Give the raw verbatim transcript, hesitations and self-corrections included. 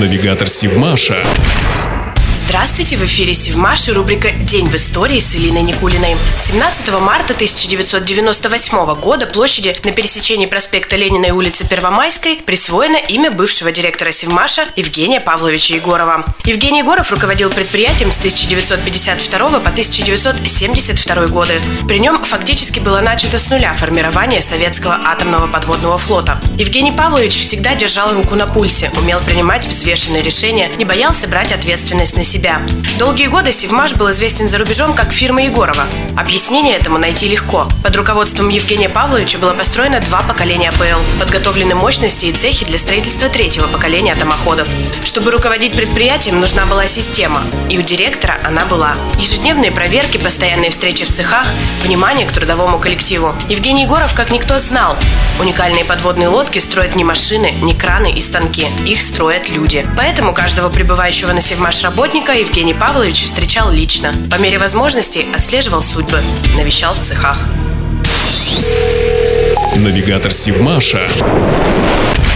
Навигатор Севмаша. Здравствуйте, в эфире Севмаш и рубрика «День в истории» с Элиной Никулиной. семнадцатого марта тысяча девятьсот девяносто восьмого года площади на пересечении проспекта Ленина и улицы Первомайской присвоено имя бывшего директора Севмаша Евгения Павловича Егорова. Евгений Егоров руководил предприятием с тысяча девятьсот пятьдесят второго по тысяча девятьсот семьдесят второй годы. При нем фактически было начато с нуля формирование советского атомного подводного флота. Евгений Павлович всегда держал руку на пульсе, умел принимать взвешенные решения, не боялся брать ответственность на себя. Долгие годы Севмаш был известен за рубежом как фирма Егорова. Объяснение этому найти легко. Под руководством Евгения Павловича было построено два поколения АПЛ, подготовлены мощности и цехи для строительства третьего поколения атомоходов. Чтобы руководить предприятием, нужна была система, и у директора она была. Ежедневные проверки, постоянные встречи в цехах, внимание к трудовому коллективу. Евгений Егоров как никто знал: уникальные подводные лодки строят не машины, не краны и станки, их строят люди. Поэтому каждого прибывающего на Севмаш работника Евгений Павлович встречал лично. По мере возможностей отслеживал судьбы, навещал в цехах. Навигатор Севмаша.